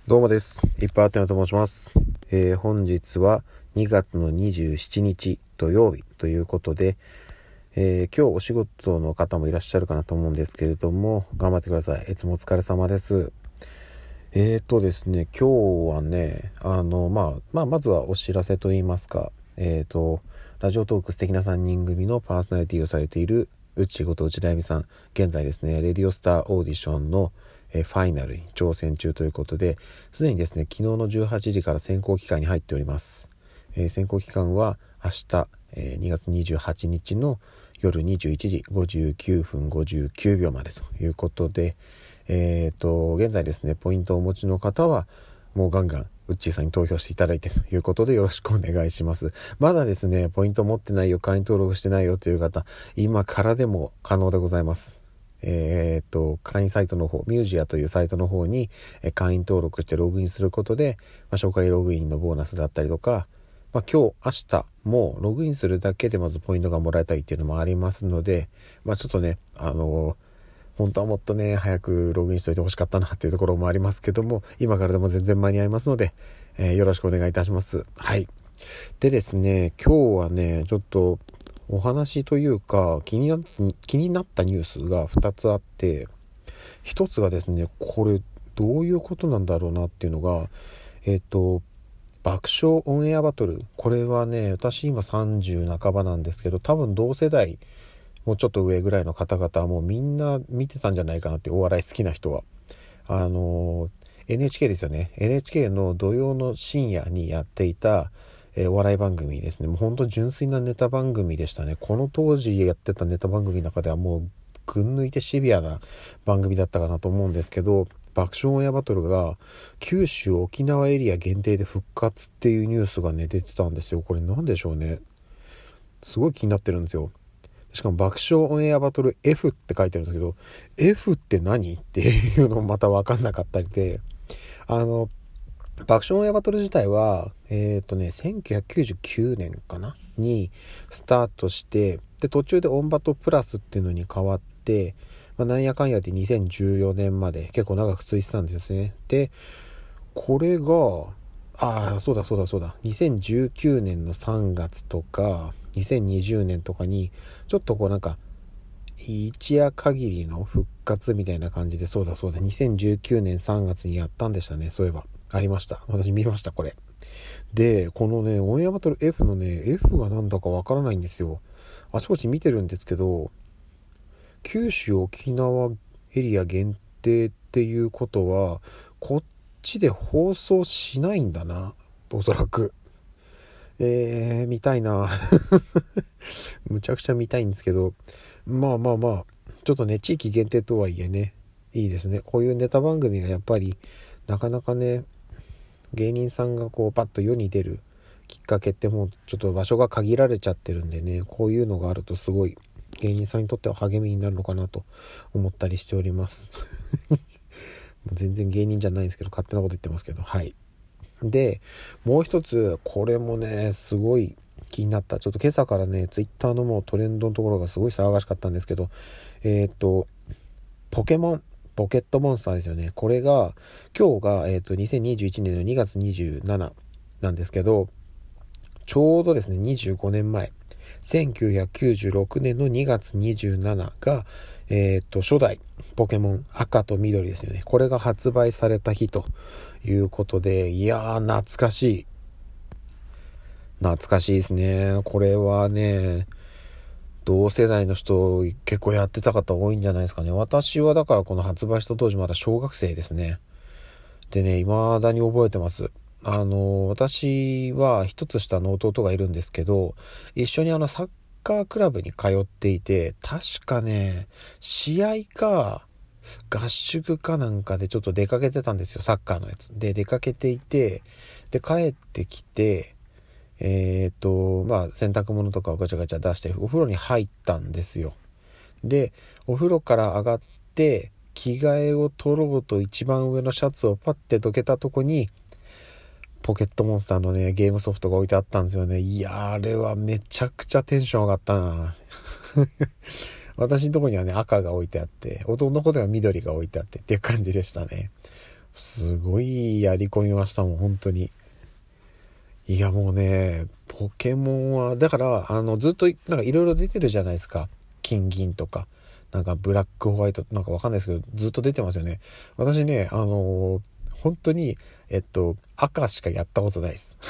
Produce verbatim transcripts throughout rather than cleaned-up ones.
どうもです。いっぱいあってなと申します。えー、本日はにがつのにじゅうしちにち土曜日ということで、えー、今日お仕事の方もいらっしゃるかなと思うんですけれども、頑張ってください。いつもお疲れ様です。えーとですね、今日はね、あの、まあ、まあ、まずはお知らせといいますか、えーと、ラジオトーク素敵なさんにん組のパーソナリティをされている内こと内田恵美さん、現在ですね、レディオスターオーディションのえファイナルに挑戦中ということで、すでにですね昨日のじゅうはちじから選考期間に入っております。えー、選考期間は明日、えー、にがつにじゅうはちにちの夜にじゅういちじごじゅうきゅうふんごじゅうきゅうびょうまでということで、えーと現在ですねポイントをお持ちの方はもうガンガンウッチーさんに投票していただいてということでよろしくお願いします。まだですねポイント持ってないよ、会員登録してないよという方、今からでも可能でございます。えー、っと会員サイトの方、ミュージアというサイトの方に会員登録してログインすることで、まあ、紹介ログインのボーナスだったりとか、まあ、今日明日もログインするだけでまずポイントがもらえたりっていうのもありますので、まあ、ちょっとねあのー、本当はもっとね早くログインしといてほしかったなっていうところもありますけども、今からでも全然間に合いますので、えー、よろしくお願いいたします。はい。でですね、今日はねちょっとお話というか気にな気になったニュースがふたつあって、ひとつがですね、これどういうことなんだろうなっていうのが、えっと爆笑オンエアバトル、これはね私今さんじゅうなかばなんですけど、多分同世代もうちょっと上ぐらいの方々はもうみんな見てたんじゃないかなって、お笑い好きな人はあの エヌエイチケー ですよね。 エヌエイチケー の土曜の深夜にやっていたえー、お笑い番組ですね。もう本当純粋なネタ番組でしたね。この当時やってたネタ番組の中ではもう群抜いてシビアな番組だったかなと思うんですけど、爆笑オンエアバトルが九州沖縄エリア限定で復活っていうニュースがね出てたんですよ。これなんでしょうね、すごい気になってるんですよ。しかも爆笑オンエアバトル F って書いてあるんですけど、 F って何っていうのもまた分かんなかったりで、あの爆笑オンエアバトル自体はえっとねせんきゅうひゃくきゅうじゅうきゅうねんかなにスタートして、で途中でオンバトプラスっていうのに変わって、まあ、なんやかんやでにせんじゅうよねんまで結構長く続いてたんですね。でこれがああそうだそうだそうだにせんじゅうきゅうねんのさんがつとかにせんにじゅうねんとかにちょっとこうなんか一夜限りの復活みたいな感じで、そうだそうだにせんじゅうきゅうねんさんがつにやったんでしたね。そういえばありました。私見ましたこれで。このねオンエアバトル F のね F がなんだかわからないんですよ。あちこち見てるんですけど、九州沖縄エリア限定っていうことはこっちで放送しないんだな、おそらく。えー、見たいなむちゃくちゃ見たいんですけど、まあまあまあちょっとね地域限定とはいえね、いいですね。こういうネタ番組がやっぱりなかなかね、芸人さんがこうパッと世に出るきっかけってもうちょっと場所が限られちゃってるんでね、こういうのがあるとすごい芸人さんにとっては励みになるのかなと思ったりしております全然芸人じゃないんですけど勝手なこと言ってますけど、はい。でもう一つ、これもねすごい気になった。ちょっと今朝からねツイッターのもうトレンドのところがすごい騒がしかったんですけど、えっとポケモンポケットモンスターですよね。これが今日が、えー、とにせんにじゅういちねんのにがつにじゅうしちにちなんですけど、ちょうどですねにじゅうごねんまえせんきゅうひゃくきゅうじゅうろくねんのにがつにじゅうしちにちが、えー、と初代ポケモン赤と緑ですよね。これが発売された日ということで、いやー懐かしい懐かしいですね。これはね同世代の人結構やってた方多いんじゃないですかね。私はだからこの発売した当時まだ小学生ですね。でね未だに覚えてます。あの私は一つ下の弟がいるんですけど、一緒にあのサッカークラブに通っていて、確かね試合か合宿かなんかでちょっと出かけてたんですよ、サッカーのやつで。出かけていて、で帰ってきてえっとまあ洗濯物とかをガチャガチャ出してお風呂に入ったんですよ。でお風呂から上がって着替えを取ろうと一番上のシャツをパッてどけたとこにポケットモンスターのねゲームソフトが置いてあったんですよね。いやーあれはめちゃくちゃテンション上がったな私のとこにはね赤が置いてあって、弟の方では緑が置いてあってっていう感じでしたね。 すごいやり込みましたもん本当に。いやもうねポケモンはだからあのずっとなんかいろいろ出てるじゃないですか。金銀とかなんかブラックホワイトなんかわかんないですけどずっと出てますよね。私ねあのー、本当にえっと赤しかやったことないです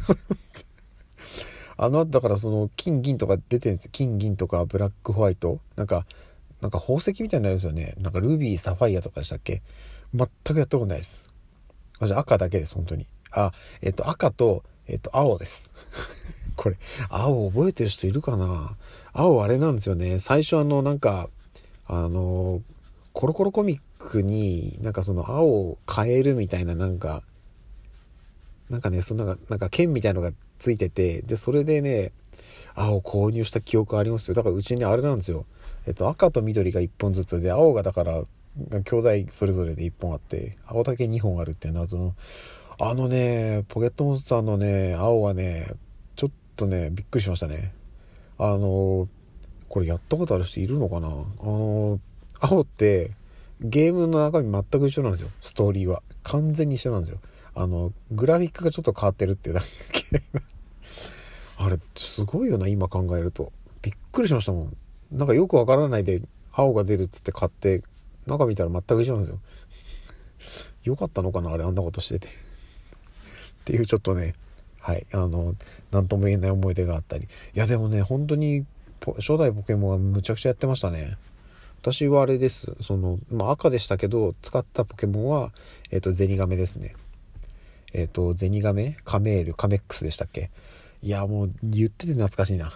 あのだからその金銀とか出てるんですよ。金銀とかブラックホワイトなんかなんか宝石みたいになるんですよね。なんかルビーサファイアとかでしたっけ。全くやったことないです。私赤だけです本当に。あえっと赤とえっと青ですこれ青覚えてる人いるかな。青あれなんですよね。最初あのなんかあのコロコロコミックになんかその青を変えるみたいななんかなんかねそのなんかなんか剣みたいのがついててでそれでね青を購入した記憶ありますよ。だからうちにあれなんですよ。えっと赤と緑がいっぽんずつで青がだから兄弟それぞれでいっぽんあって青だけにほんあるっていう謎のあのねポケットモンスターのね青はねちょっとねびっくりしましたね。あのこれやったことある人いるのかな。あの青ってゲームの中身全く一緒なんですよ。ストーリーは完全に一緒なんですよ。あのグラフィックがちょっと変わってるっていうだけあれすごいよな今考えると。びっくりしましたもん。なんかよくわからないで青が出るっつって買って中見たら全く一緒なんですよ。よかったのかなあれあんなことしててっていうちょっとねはいあのなんとも言えない思い出があったり。いやでもね本当に初代ポケモンはむちゃくちゃやってましたね。私はあれですその、まあ、赤でしたけど使ったポケモンはえっとゼニガメですね。えっとゼニガメカメールカメックスでしたっけ。いやもう言ってて懐かしい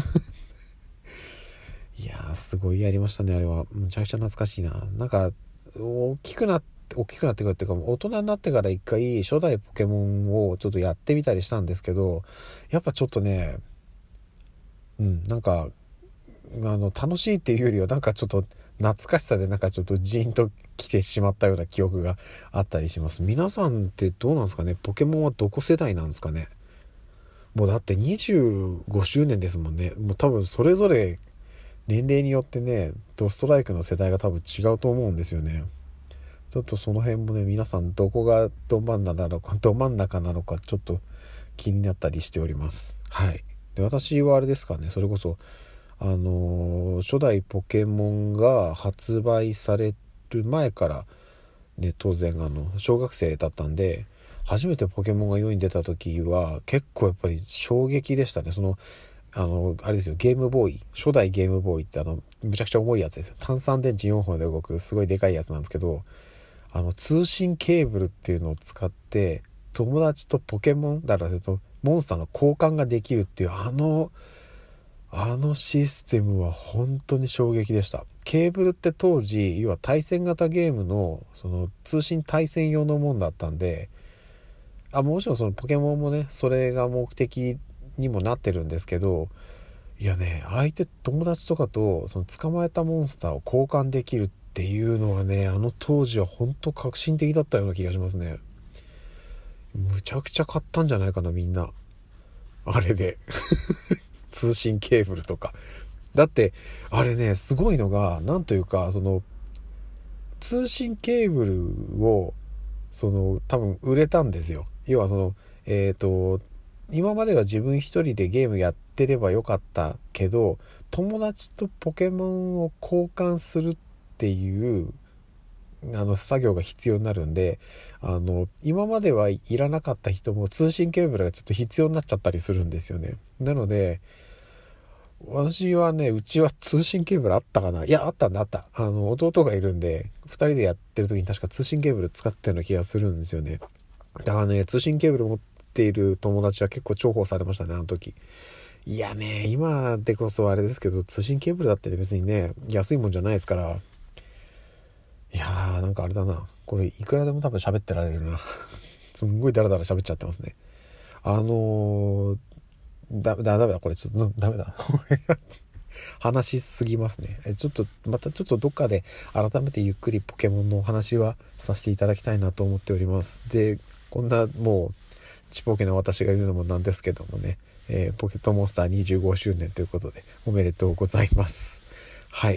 ないやーすごいやりましたねあれは。むちゃくちゃ懐かしいな。なんか大きくなって大きくなってくるっていうか大人になってから一回初代ポケモンをちょっとやってみたりしたんですけどやっぱちょっとねうんなんかあの楽しいっていうよりはなんかちょっと懐かしさでなんかちょっとジーンと来てしまったような記憶があったりします。皆さんってどうなんですかね。ポケモンはどこ世代なんですかね。もうだってにじゅうごしゅうねんですもんね。もう多分それぞれ年齢によってねドストライクの世代が多分違うと思うんですよね。ちょっとその辺もね皆さんどこがど真ん中なのかど真ん中なのかちょっと気になったりしております。はいで私はあれですかねそれこそあのー、初代ポケモンが発売される前からね当然あの小学生だったんで初めてポケモンが世に出た時は結構やっぱり衝撃でしたね。そのあのあれですよゲームボーイ初代ゲームボーイってあのむちゃくちゃ重いやつですよ。炭酸電池よんほんで動くすごいでかいやつなんですけどあの通信ケーブルっていうのを使って友達とポケモンだからするとモンスターの交換ができるっていうあのあのシステムは本当に衝撃でした。ケーブルって当時要は対戦型ゲームのその通信対戦用のもんだったんであもちろんそのポケモンもねそれが目的にもなってるんですけどいやね相手友達とかとその捕まえたモンスターを交換できるっていうのはねあの当時は本当革新的だったような気がしますね。むちゃくちゃ買ったんじゃないかなみんなあれで通信ケーブルとかだってあれねすごいのがなんというかその通信ケーブルをその多分売れたんですよ。要はそのえっと今までは自分一人でゲームやってればよかったけど友達とポケモンを交換するっていうあの作業が必要になるんであの今まではいらなかった人も通信ケーブルがちょっと必要になっちゃったりするんですよね。なので私はねうちは通信ケーブルあったかないやあったんだあったあの弟がいるんでふたりでやってる時に確か通信ケーブル使ってたような気がするんですよね。だからね通信ケーブル持っている友達は結構重宝されましたねあの時。いやね今でこそあれですけど通信ケーブルだって別にね安いもんじゃないですから。いやーなんかあれだなこれいくらでも多分喋ってられるなすんごいダラダラ喋っちゃってますね。あのー、だだダメだこれちょっとダメだ話しすぎますね。えちょっとまたちょっとどっかで改めてゆっくりポケモンのお話はさせていただきたいなと思っております。でこんなもうちぽけな私が言うのもなんですけどもね、えー、ポケットモンスターにじゅうごしゅうねんということでおめでとうございます。はい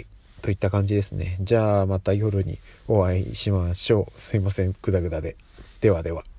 といった感じですね。じゃあまた夜にお会いしましょう。すいません、グダグダで。ではでは。